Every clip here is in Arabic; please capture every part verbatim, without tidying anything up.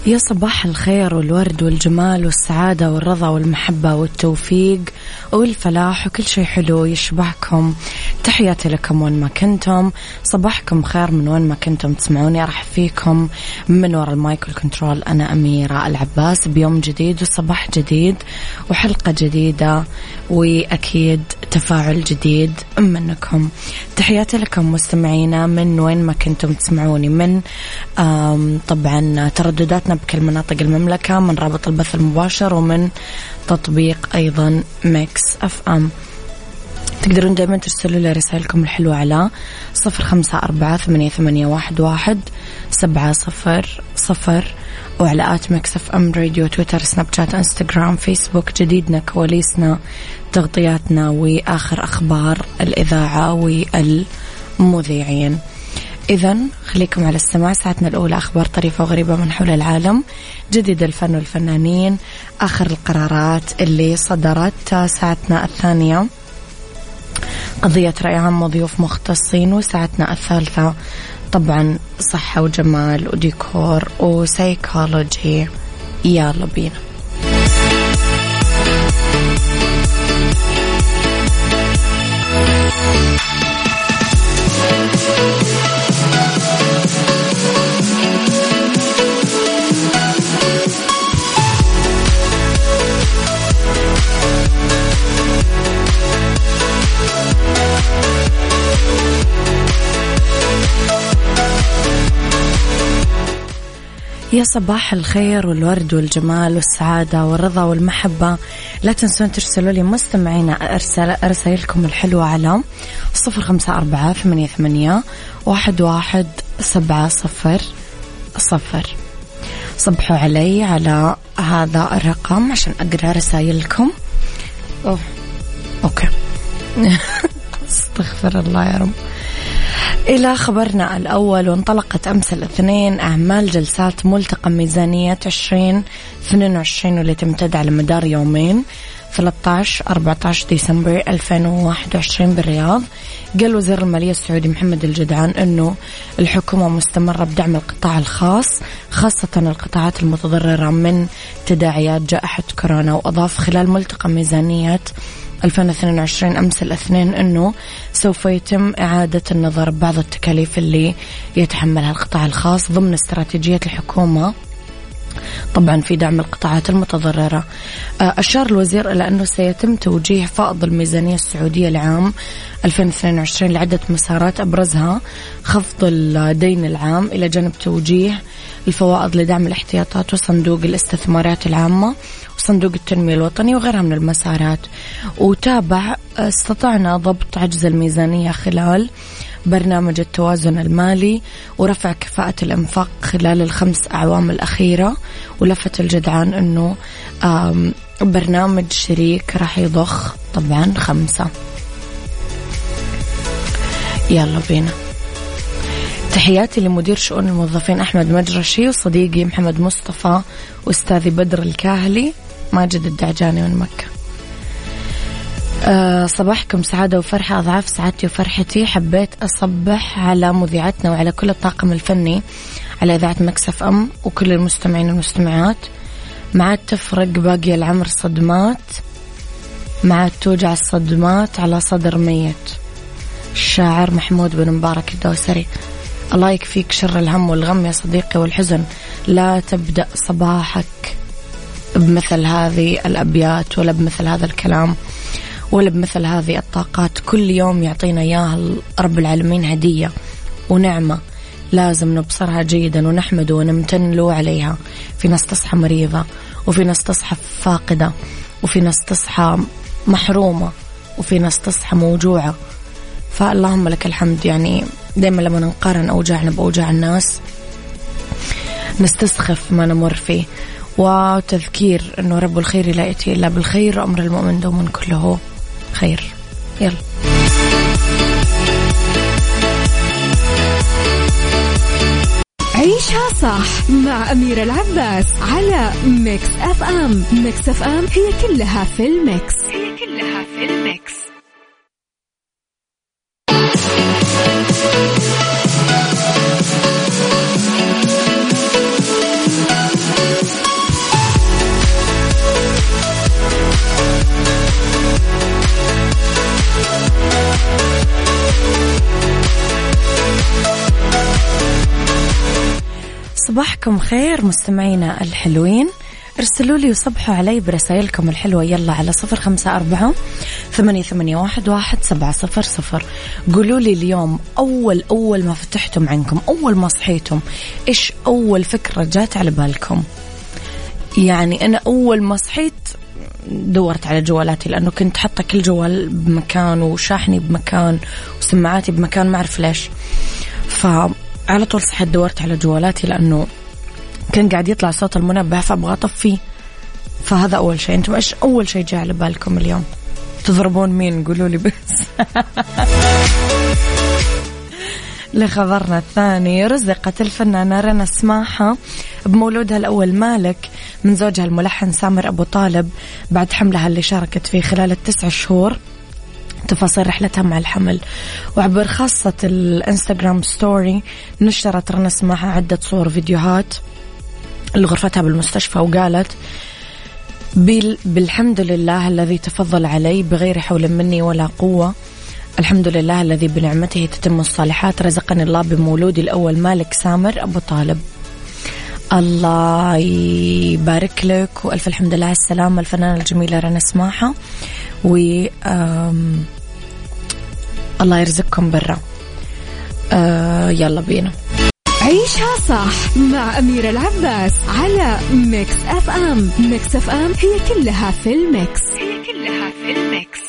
يا صباح الخير والورد والجمال والسعادة والرضا والمحبة والتوفيق والفلاح وكل شيء حلو يشبهكم. تحياتي لكم وين ما كنتم، صباحكم خير من وين ما كنتم تسمعوني. أرحب فيكم من وراء المايك والكنترول، أنا أميرة العباس بيوم جديد وصباح جديد وحلقة جديدة وأكيد تفاعل جديد منكم. تحياتي لكم مستمعينا من وين ما كنتم تسمعوني، من طبعا تردداتنا بكل مناطق المملكة، من رابط البث المباشر ومن تطبيق أيضا ميكس أف أم. تقدرون دائما ترسلوا لي رسائلكم الحلوة على صفر خمسة أربعة ثمانية ثمانية واحد واحد سبعة صفر صفر، وعلى آت ميكس أف أم راديو، تويتر، سناب شات، انستغرام، فيسبوك. جديدنا، كواليسنا، تغطياتنا وآخر أخبار الإذاعة والمذيعين. إذن خليكم على السماع، ساعتنا الأولى أخبار طريفة وغريبة من حول العالم، جديد الفن والفنانين، آخر القرارات اللي صدرت. ساعتنا الثانية قضية رأي عام وضيوف مختصين، وساعتنا الثالثة طبعا صحة وجمال وديكور وسايكولوجي. يلا بينا. يا صباح الخير والورد والجمال والسعادة والرضا والمحبة. لا تنسون ترسلوا لي مستمعين أرسل أرسلكم الحلوة على صفر خمسة أربعة ثمانية ثمانية واحد واحد سبعة صفر صفر. صبحوا علي على هذا الرقم عشان أقرأ رسائلكم. أوه. أوكي. استغفر الله يا رب. إلى خبرنا الأول، وانطلقت أمس الاثنين أعمال جلسات ملتقى ميزانية عشرين اثنين وعشرين واللي تمتد على مدار يومين ثلاثة عشر أربعة عشر ديسمبر ألفين وواحد وعشرين بالرياض. قال وزير المالية السعودي محمد الجدعان أنه الحكومة مستمرة بدعم القطاع الخاص، خاصة القطاعات المتضررة من تداعيات جائحة كورونا. وأضاف خلال ملتقى ميزانية ألفين واثنين وعشرين أمس الاثنين أنه سوف يتم إعادة النظر ببعض التكاليف اللي يتحملها القطاع الخاص ضمن استراتيجية الحكومة طبعا في دعم القطاعات المتضررة. أشار الوزير إلى أنه سيتم توجيه فائض الميزانية السعودية لعام ألفين واثنين وعشرين لعدة مسارات، أبرزها خفض الدين العام إلى جانب توجيه الفوائض لدعم الاحتياطات وصندوق الاستثمارات العامة وصندوق التنمية الوطني وغيرها من المسارات. وتابع استطعنا ضبط عجز الميزانية خلال برنامج التوازن المالي ورفع كفاءة الإنفاق خلال الخمس أعوام الأخيرة. ولفت الجدعان أنه برنامج شريك راح يضخ طبعا خمسة. يلا بينا. تحياتي لمدير شؤون الموظفين أحمد مجرشي وصديقي محمد مصطفى وأستاذي بدر الكاهلي ماجد الدعجاني من مكة. أه صباحكم سعادة وفرحة أضعاف سعادتي وفرحتي. حبيت أصبح على مذيعتنا وعلى كل الطاقم الفني على إذاعة ميكس أف أم وكل المستمعين والمستمعات. معاد تفرق باقي العمر صدمات، معاد توجع الصدمات على صدر ميت. الشاعر محمود بن مبارك الدوسري. الله يكفيك شر الهم والغم يا صديقي والحزن، لا تبدأ صباحك بمثل هذه الأبيات ولا بمثل هذا الكلام ولا بمثل هذه الطاقات. كل يوم يعطينا إياها رب العالمين هدية ونعمة لازم نبصرها جيدا ونحمده ونمتن له عليها. في ناس تصحى مريضة، وفي ناس تصحى فاقدة، وفي ناس تصحى محرومة، وفي ناس تصحى موجوعة. فاللهم لك الحمد. يعني دائما لما نقارن أوجاعنا بأوجاع الناس نستسخف ما نمر فيه، وتذكير أنه رب الخير لا يأتي إلا بالخير، وأمر المؤمن دوما كله خير. يلا عيشها صح مع أميرة العباس على ميكس أف أم. ميكس أف أم هي كلها في الميكس، هي كلها في الميكس. صباحكم خير مستمعينا الحلوين، ارسلوا لي وصبحوا علي برسائلكم الحلوة يلا على صفر خمسة أربعة ثمانية ثمانية واحد واحد سبعة صفر صفر. قولوا لي اليوم أول أول ما فتحتم عنكم، أول ما صحيتم، إيش أول فكرة جات على بالكم؟ يعني أنا أول ما صحيت دورت على جوالاتي، لأنه كنت حاطة كل جوال بمكان وشاحني بمكان وسماعاتي بمكان، ما أعرف ليش. فعلى طول صحيت دورت على جوالاتي لأنه كان قاعد يطلع صوت المنبه فأبغى أطفيه. فهذا أول شيء. أنتم إيش أول شيء جاء على بالكم اليوم؟ تضربون مين؟ قولوا لي بس. لخبرنا الثاني، رزقت الفنانة رنا سماحة بمولودها الأول مالك من زوجها الملحن سامر أبو طالب بعد حملها اللي شاركت فيه خلال التسع شهور. تفاصيل رحلتها مع الحمل، وعبر خاصة الانستغرام ستوري نشرت رنا سماحة عدة صور فيديوهات لغرفتها بالمستشفى، وقالت: بالحمد لله الذي تفضل علي بغير حول مني ولا قوة، الحمد لله الذي بنعمته تتم الصالحات، رزقني الله بمولودي الأول مالك سامر أبو طالب. الله يبارك لك وألف الحمد لله على السلامة الفنانة الجميلة رنا سماحة، و الله يرزقكم برا. أه يلا بينا عيشها صح مع أميرة العباس على ميكس أف أم. ميكس أف أم هي كلها في الميكس، هي كلها في الميكس.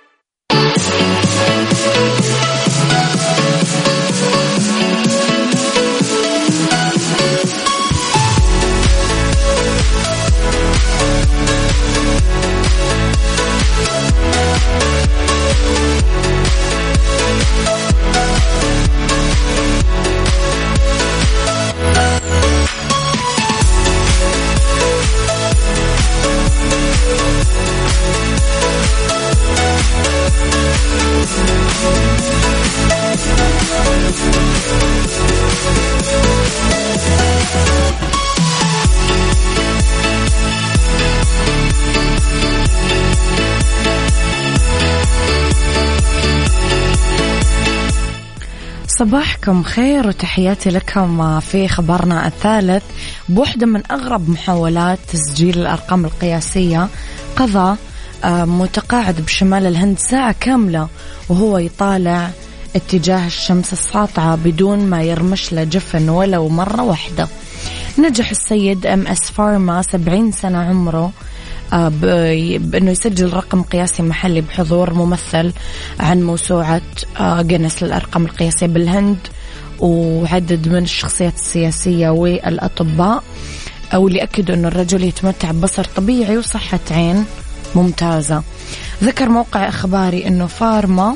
صباحكم خير وتحياتي لكم في خبرنا الثالث. بوحدة من أغرب محاولات تسجيل الأرقام القياسية، قضى متقاعد بشمال الهند ساعة كاملة وهو يطالع اتجاه الشمس الساطعة بدون ما يرمش له جفن ولو مرة واحدة. نجح السيد ام اس فارما سبعين سنة عمره بأنه يسجل رقم قياسي محلي بحضور ممثل عن موسوعة جينيس للأرقام القياسية بالهند، وعدد من الشخصيات السياسية والأطباء، أو اللي أكدوا أنه الرجل يتمتع ببصر طبيعي وصحة عين ممتازة. ذكر موقع إخباري أنه فارما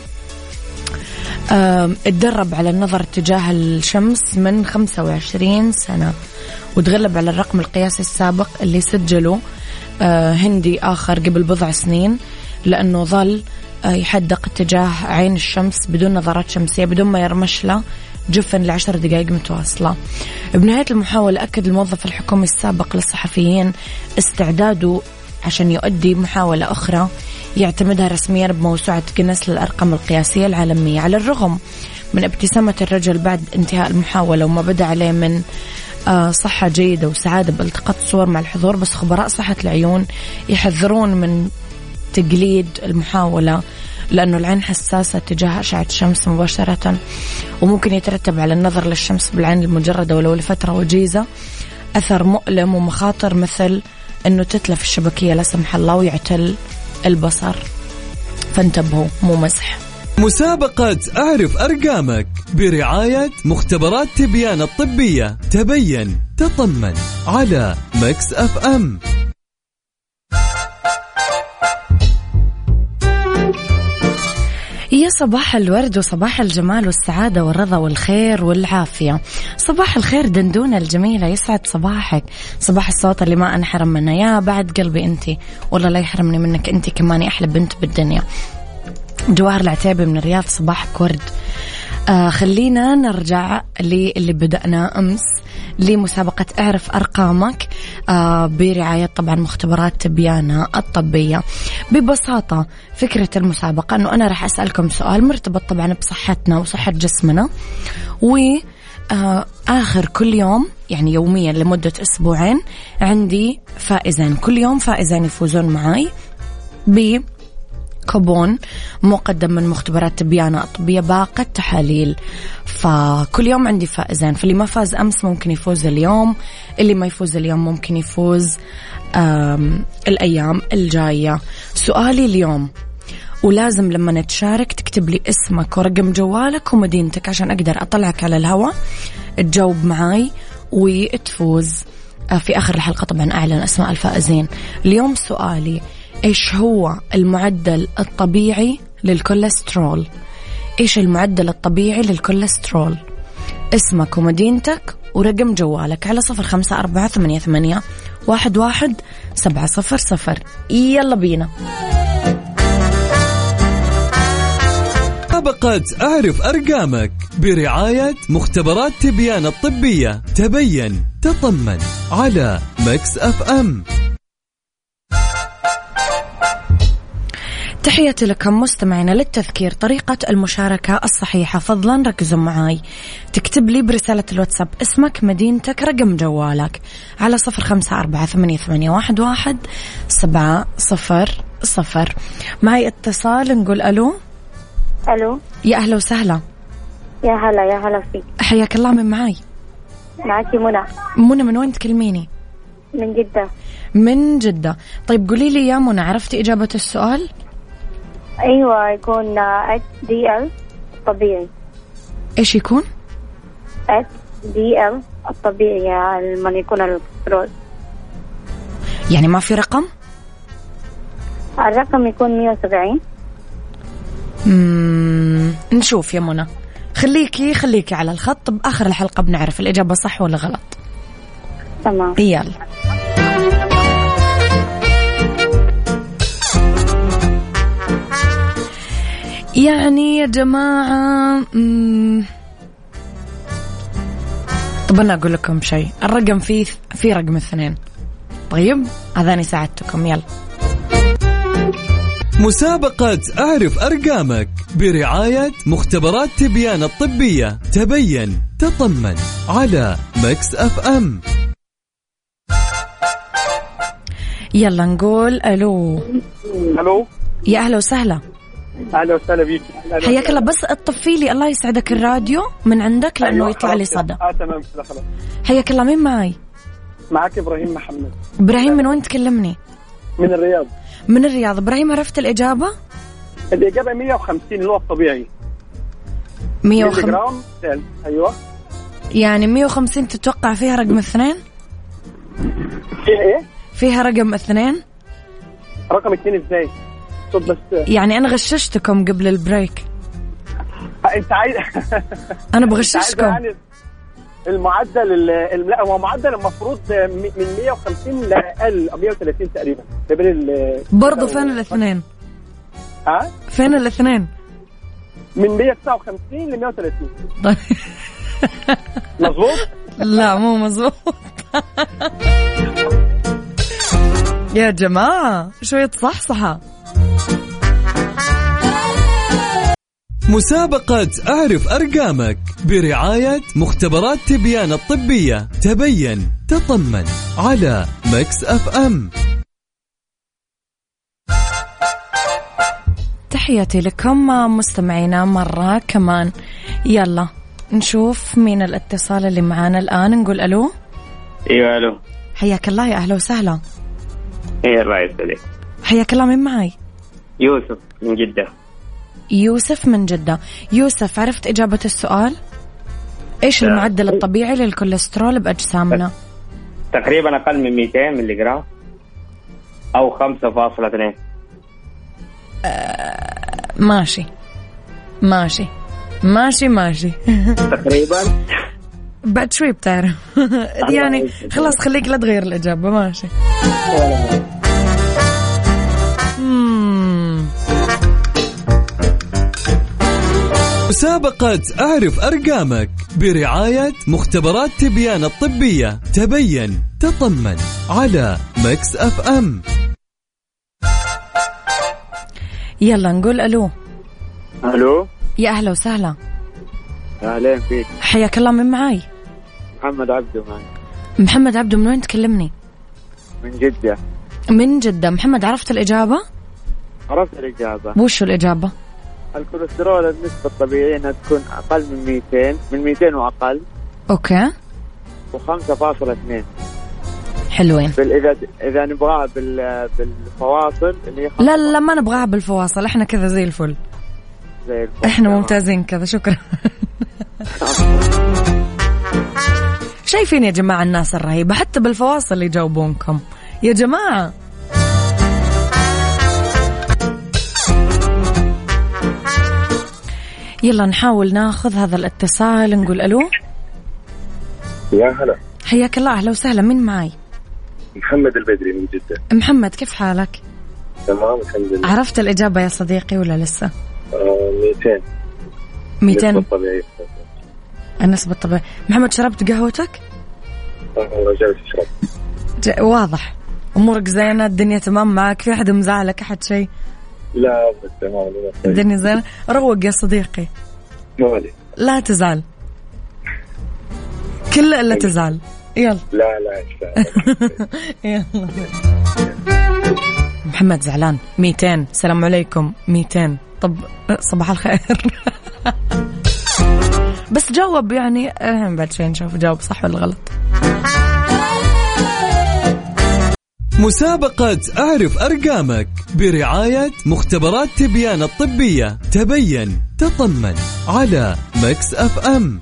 اتدرب على النظر اتجاه الشمس من خمسة وعشرين سنة، وتغلب على الرقم القياسي السابق اللي سجله هندي آخر قبل بضع سنين، لأنه ظل يحدق اتجاه عين الشمس بدون نظارات شمسية بدون ما يرمش له جفن لعشر دقائق متواصلة. بنهاية المحاولة أكد الموظف الحكومي السابق للصحفيين استعداده عشان يؤدي محاولة أخرى يعتمدها رسميا بموسوعة جينيس للأرقام القياسية العالمية. على الرغم من ابتسامة الرجل بعد انتهاء المحاولة وما بدا عليه من صحة جيدة وسعادة بالتقاط صور مع الحضور، بس خبراء صحة العيون يحذرون من تقليد المحاولة لأنه العين حساسة تجاه أشعة الشمس مباشرة، وممكن يترتب على النظر للشمس بالعين المجردة ولو لفترة وجيزة أثر مؤلم ومخاطر مثل أنه تتلف الشبكية لا سمح الله ويعتل البصر. فانتبهوا، مو مزح. مسابقة أعرف أرقامك برعاية مختبرات تبيان الطبية. تبين تطمن على ميكس أف أم. يا صباح الورد وصباح الجمال والسعادة والرضا والخير والعافية. صباح الخير دندونة الجميلة، يسعد صباحك. صباح الصوت اللي ما أنحرم منه، يا بعد قلبي أنتي، والله لا يحرمني منك أنتي كمان، أحلى بنت بالدنيا. جواهر العتيبي من الرياض، صباحك ورد. آه خلينا نرجع للي بدأنا أمس لمسابقة أعرف أرقامك آه برعاية طبعا مختبرات تبيانة الطبية. ببساطة فكرة المسابقة أنه أنا راح أسألكم سؤال مرتبط طبعا بصحتنا وصحة جسمنا، و آه آخر كل يوم، يعني يوميا لمدة أسبوعين، عندي فائزين كل يوم، فائزين يفوزون معاي بكوبون مقدم من مختبرات تبيانة الطبية باقة تحاليل. فكل يوم عندي فائزين، فاللي ما فاز أمس ممكن يفوز اليوم، اللي ما يفوز اليوم ممكن يفوز الأيام الجاية. سؤالي اليوم، ولازم لما نتشارك تكتب لي اسمك ورقم جوالك ومدينتك عشان أقدر أطلعك على الهواء تجاوب معاي وتفوز. في آخر الحلقة طبعا أعلن أسماء الفائزين. اليوم سؤالي، إيش هو المعدل الطبيعي للكوليسترول؟ إيش المعدل الطبيعي للكوليسترول؟ اسمك ومدينتك ورقم جوالك على صفر خمسة أربعة ثمانية ثمانية واحد واحد سبعة صفر صفر. يلا بينا. مسابقة أعرف أرقامك برعاية مختبرات تبيان الطبية. تبين تطمن على ميكس أف أم. تحياتي لكم مستمعينا. للتذكير طريقة المشاركة الصحيحة، فضلا ركزوا معاي، تكتب لي برسالة الواتساب اسمك مدينتك رقم جوالك على صفر خمسة أربعة ثمانية ثمانية واحد واحد سبعة صفر صفر. معي اتصال، نقول ألو. ألو، يا أهلا وسهلا. يا هلا يا هلا فيك. حياك الله. من معاي؟ معاكي منى. منى، من وين تكلميني؟ من جدة. من جدة. طيب قولي لي يا منى، عرفتي إجابة السؤال؟ أيوة، يكون اتش دي ال الطبيعي. إيش يكون؟ اتش دي ال الطبيعي، يعني من يكون الكوليسترول. يعني ما في رقم؟ الرقم يكون مية وسبعين. مم... نشوف يا منى، خليكي خليكي على الخط، بآخر الحلقة بنعرف الإجابة صح ولا غلط. تمام. يلا. يعني يا جماعة، مم... طب أنا أقول لكم شيء، الرقم فيه في رقم اثنين. طيب هذاني ساعدتكم. يلا. مسابقة أعرف أرقامك برعاية مختبرات تبيان الطبية. تبين تطمن على ميكس أف أم. يلا نقول ألو. ألو، يا أهلا وسهلا. أهلا وسهلا بيك. حياك الله. بس اطفي لي الله يسعدك الراديو من عندك لأنه أيوة يطلع لي صدى. آه تمام كده خلاص. حياك الله. مين معي؟ معك إبراهيم محمد. إبراهيم، من وين تكلمني؟ من الرياض. من الرياض. إبراهيم، عرفت الإجابة؟ الإجابة مية وخمسين اللي هو الطبيعي. مية وخمسين. أيوة. يعني مية وخمسين تتوقع فيها رقم اثنين؟ فيها إيه؟ فيها رقم اثنين. رقم اثنين إزاي؟ صوت بس. يعني أنا غششتكم قبل البريك. أنت عايز؟ أنا بغششكم. يعني المعدل لا هو معدل المفروض من مية وخمسين لأقل مية وثلاثين تقريبا. برضو فين الاثنين؟ ها؟ فين الاثنين؟ من مية وتسعة وخمسين ل مية وثلاثين. مظبوط؟ لا مو مظبوط. يا جماعة شوية صحصحة. مسابقة أعرف أرقامك برعاية مختبرات تبيان الطبية. تبين تطمن على ميكس أف أم. تحياتي لكم مستمعينا مرة كمان. يلا نشوف مين الاتصال اللي معانا الآن. نقول ألو. ايوه ألو. حياك الله. يا أهلا وسهلا. ايه الله يسعدك. حياك الله. مين معي؟ يوسف من جدة. يوسف من جدة. يوسف، عرفت إجابة السؤال؟ إيش المعدل الطبيعي للكوليسترول بأجسامنا؟ تقريبا أقل من مئتين ملي جرام أو خمسة فاصلة اثنين. آه ماشي ماشي ماشي ماشي. تقريبا بعد شوي بتعرف. يعني خلاص خليك لا تغير الإجابة. ماشي. مسابقة أعرف أرقامك برعاية مختبرات تبيان الطبية. تبين تطمن على ميكس أف أم. يلا نقول ألو. ألو. يا أهلا وسهلا. أهلين فيك. حياك الله. من معاي؟ محمد عبده معي. محمد عبده، من وين تكلمني؟ من جدة. من جدة. محمد، عرفت الإجابة؟ عرفت الإجابة. وش الإجابة؟ الكوليسترول النسبة الطبيعية أنها تكون أقل من مئتين، من مئتين وأقل. أوكي. وخمسة فاصلة اثنين. حلوين. إذا إذا نبغاها بالفواصل اللي هي لا لا ما نبغاها بالفواصل، إحنا كذا زي الفل. زي الفل. إحنا ممتازين كذا. شكرا. شايفين يا جماعة الناس الرهيبة، حتى بالفواصل يجاوبونكم يا جماعة. يلا نحاول ناخذ هذا الاتصال. نقول ألو. يا هلا. حياك الله. أهلا وسهلا. مين معي؟ محمد البدري من جدة. محمد، كيف حالك؟ تمام الحمد لله. عرفت الإجابة يا صديقي ولا لسه؟ آه مئتين. مئتين. النسبة الطبيعية. النسبة الطبيعية. محمد، شربت قهوتك؟ آه رجعت أشرب. ج... واضح أمورك زينة، الدنيا تمام معك، في أحد مزعلك أحد شيء؟ لا بس تمام. الدنيا زينة. روق يا صديقي. مالي. لا تزعل، كل إلا تزعل. يلا. لا لا يلا. محمد زعلان. مئتين. السلام عليكم. مئتين. طب صباح الخير. بس جاوب يعني بعد شيء نشوف جاوب صح ولا غلط. مسابقة أعرف أرقامك برعاية مختبرات تبيان الطبية. تبين تطمن على ميكس أف أم.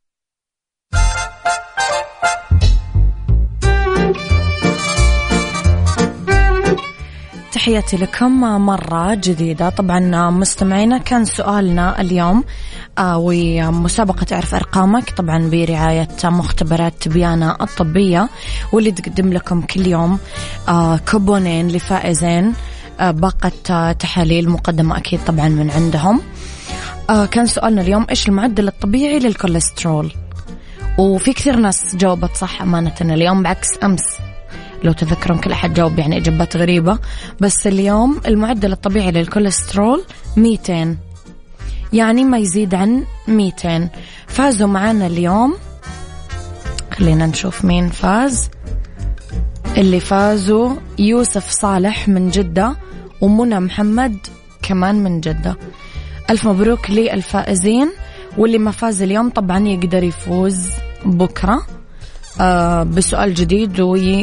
تحياتي لكم مرة جديدة. طبعا مستمعينا، كان سؤالنا اليوم آه ومسابقة أعرف أرقامك طبعا برعاية مختبرات تبيانة الطبية، واللي تقدم لكم كل يوم آه كوبونين لفائزين آه باقة آه تحاليل مقدمة أكيد طبعا من عندهم. آه كان سؤالنا اليوم إيش المعدل الطبيعي للكوليسترول، وفي كثير ناس جاوبت صح أمانة اليوم، بعكس أمس لو تذكرون كل أحد جاوب يعني إجابات غريبة. بس اليوم المعدل الطبيعي للكوليسترول مئتين، يعني ما يزيد عن مئتين. فازوا معنا اليوم، خلينا نشوف مين فاز. اللي فازوا يوسف صالح من جدة ومنى محمد كمان من جدة. ألف مبروك للفائزين، واللي ما فاز اليوم طبعا يقدر يفوز بكرة آه بسؤال جديد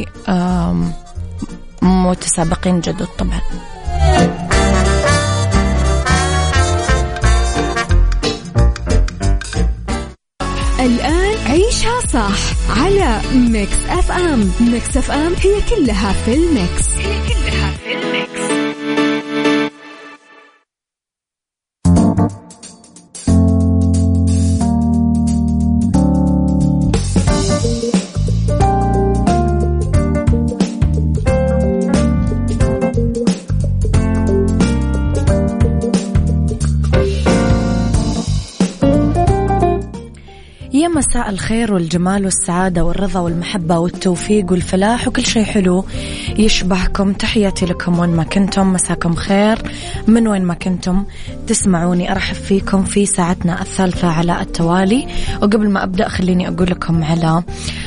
ومتسابقين جدد طبعا. الآن عيشها صح على ميكس أف أم. ميكس أف أم هي كلها في الميكس، هي كلها في الميكس. يا مساء الخير والجمال والسعادة والرضا والمحبة والتوفيق والفلاح وكل شيء حلو يشبهكم. تحياتي لكم وين ما كنتم، مساكم خير من وين ما كنتم تسمعوني. أرحب فيكم في ساعتنا الثالثة على التوالي. وقبل ما أبدأ خليني أقول لكم على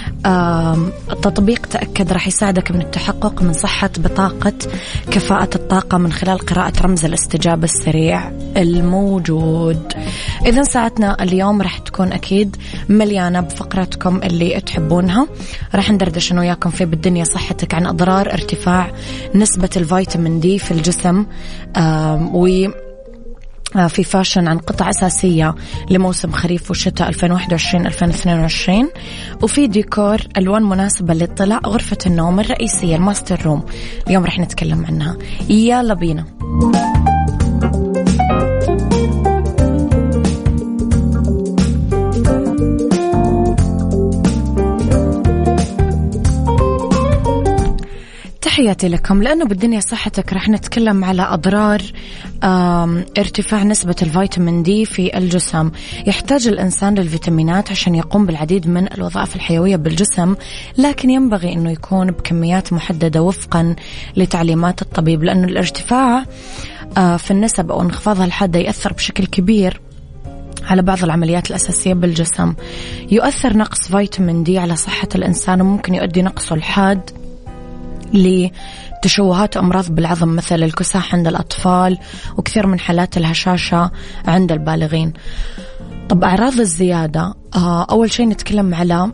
تطبيق تأكد راح يساعدك من التحقق من صحة بطاقة كفاءة الطاقة من خلال قراءة رمز الاستجابة السريع الموجود. إذن ساعتنا اليوم راح تكون أكيد مليانة بفقراتكم اللي تحبونها. راح ندردش أنا وياكم في بالدنيا صحتك عن أضرار ارتفاع نسبة الفيتامين دي في الجسم، و في فاشن عن قطع أساسية لموسم خريف وشتاء ألفين وواحد وعشرين ألفين واثنين وعشرين، وفي ديكور ألوان مناسبة للطلاء غرفة النوم الرئيسية الماستر روم. اليوم رح نتكلم عنها. يلا بينا. تحياتي لكم. لأنه بالدنيا صحتك رح نتكلم على أضرار ارتفاع نسبة الفيتامين دي في الجسم. يحتاج الإنسان للفيتامينات عشان يقوم بالعديد من الوظائف الحيوية بالجسم، لكن ينبغي أنه يكون بكميات محددة وفقا لتعليمات الطبيب، لأنه الارتفاع في النسب أو انخفاضها الحاد يأثر بشكل كبير على بعض العمليات الأساسية بالجسم. يؤثر نقص فيتامين دي على صحة الإنسان، وممكن يؤدي نقصه الحاد لتشوهات أمراض بالعظم مثل الكساح عند الأطفال وكثير من حالات الهشاشة عند البالغين. طب أعراض الزيادة، أول شيء نتكلم على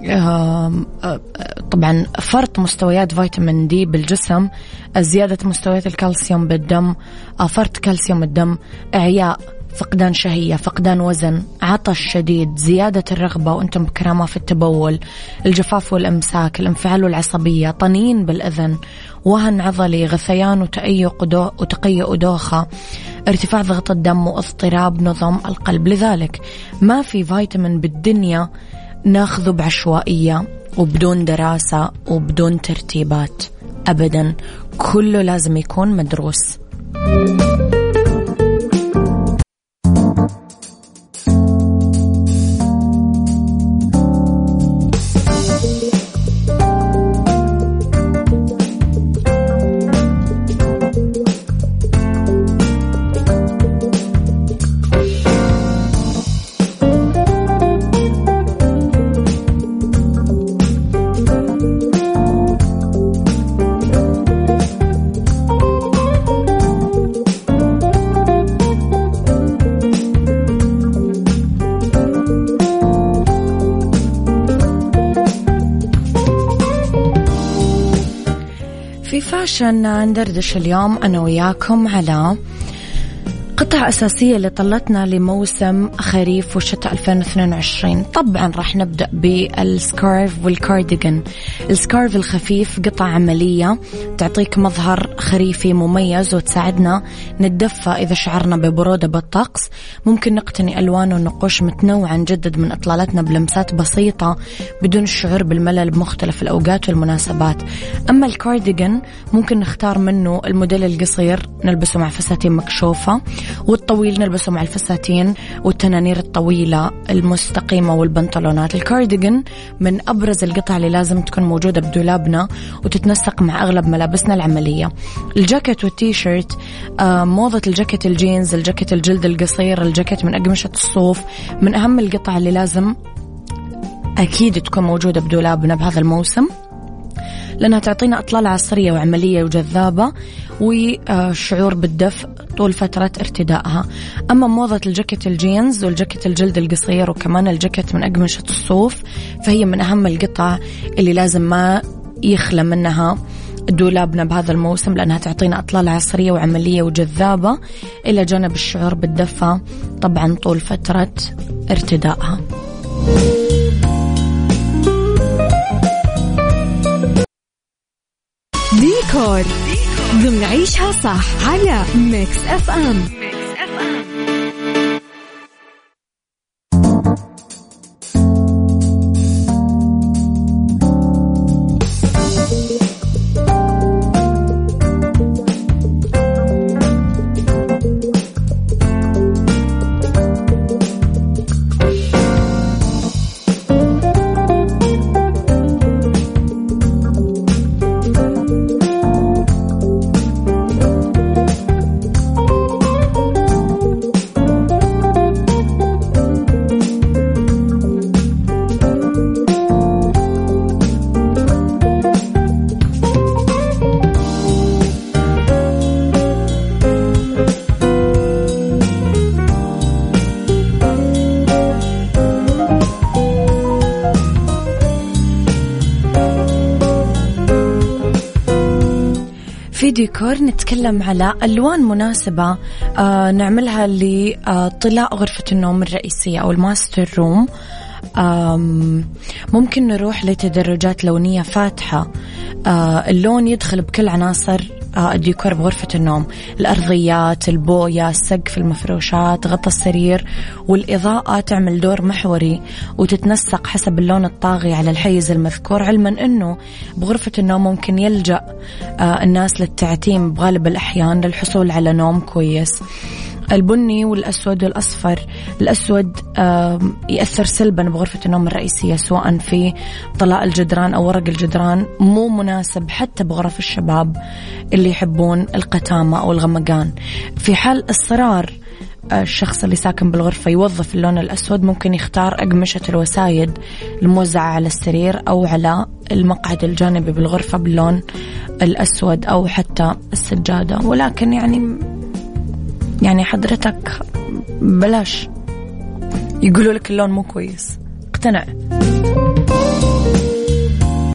طبعا فرط مستويات فيتامين دي بالجسم، زيادة مستويات الكالسيوم بالدم، فرط كالسيوم الدم، إعياء، فقدان شهية، فقدان وزن، عطش شديد، زيادة الرغبة وأنتم بكرامة في التبول، الجفاف والإمساك، الانفعال والعصبية، طنين بالأذن، وهن عضلي، غثيان وتأيق وتقيؤ ودوخة، ارتفاع ضغط الدم واضطراب نظم القلب. لذلك ما في فيتامين بالدنيا ناخذه بعشوائية وبدون دراسة وبدون ترتيبات أبدا، كله لازم يكون مدروس. عشان ندردش اليوم أنا وياكم على قطع أساسية اللي طلتنا لموسم خريف وشتاء ألفين واثنين وعشرين. طبعا راح نبدأ بالسكارف والكارديغان. السكارف الخفيف قطعة عملية تعطيك مظهر خريفي مميز وتساعدنا نتدفى إذا شعرنا ببرودة بالطقس. ممكن نقتني ألوان ونقوش متنوعة، نجدد من إطلالتنا بلمسات بسيطة بدون الشعور بالملل بمختلف الأوقات والمناسبات. أما الكارديغان ممكن نختار منه الموديل القصير نلبسه مع فساتين مكشوفة، والطويل نلبسه مع الفساتين والتنانير الطويلة المستقيمة والبنطلونات. الكارديغان من أبرز القطع اللي لازم تكون موجودة بدولابنا وتتنسق مع أغلب ملابسنا العملية. الجاكيت والتيشيرت، آه موضة الجاكيت الجينز، الجاكيت الجلد القصير، الجاكيت من أقمشة الصوف من أهم القطع اللي لازم أكيد تكون موجودة بدولابنا بهذا الموسم، لأنها تعطينا إطلالة عصرية وعملية وجذابة وشعور بالدفء طول فترة ارتدائها. أما موضة الجاكيت الجينز والجاكيت الجلد القصير وكمان الجاكيت من أقمشة الصوف فهي من أهم القطع اللي لازم ما يخلى منها دولابنا بهذا الموسم، لأنها تعطينا إطلالة عصرية وعملية وجذابة إلى جانب الشعور بالدفء طبعا طول فترة ارتدائها. ديكور ضمن عيشها صح على ميكس اف ام. في ديكور نتكلم على ألوان مناسبة آه نعملها لطلاء غرفة النوم الرئيسية أو الماستر روم. ممكن نروح لتدرجات لونية فاتحة، آه اللون يدخل بكل عناصر آه الديكور بغرفة النوم، الأرضيات، البوية، السقف، المفروشات، غطاء السرير، والإضاءة تعمل دور محوري وتتنسق حسب اللون الطاغي على الحيز المذكور، علما أنه بغرفة النوم ممكن يلجأ آه الناس للتعتيم بغالب الأحيان للحصول على نوم كويس. البني والأسود والأصفر. الأسود يأثر سلبا بغرفة النوم الرئيسية سواء في طلاء الجدران أو ورق الجدران، مو مناسب حتى بغرف الشباب اللي يحبون القتامة أو الغمقان. في حال إصرار الشخص اللي ساكن بالغرفة يوظف اللون الأسود ممكن يختار أقمشة الوسايد الموزعة على السرير أو على المقعد الجانبي بالغرفة باللون الأسود أو حتى السجادة. ولكن يعني يعني حضرتك بلاش يقولوا لك اللون مو كويس، اقتنع.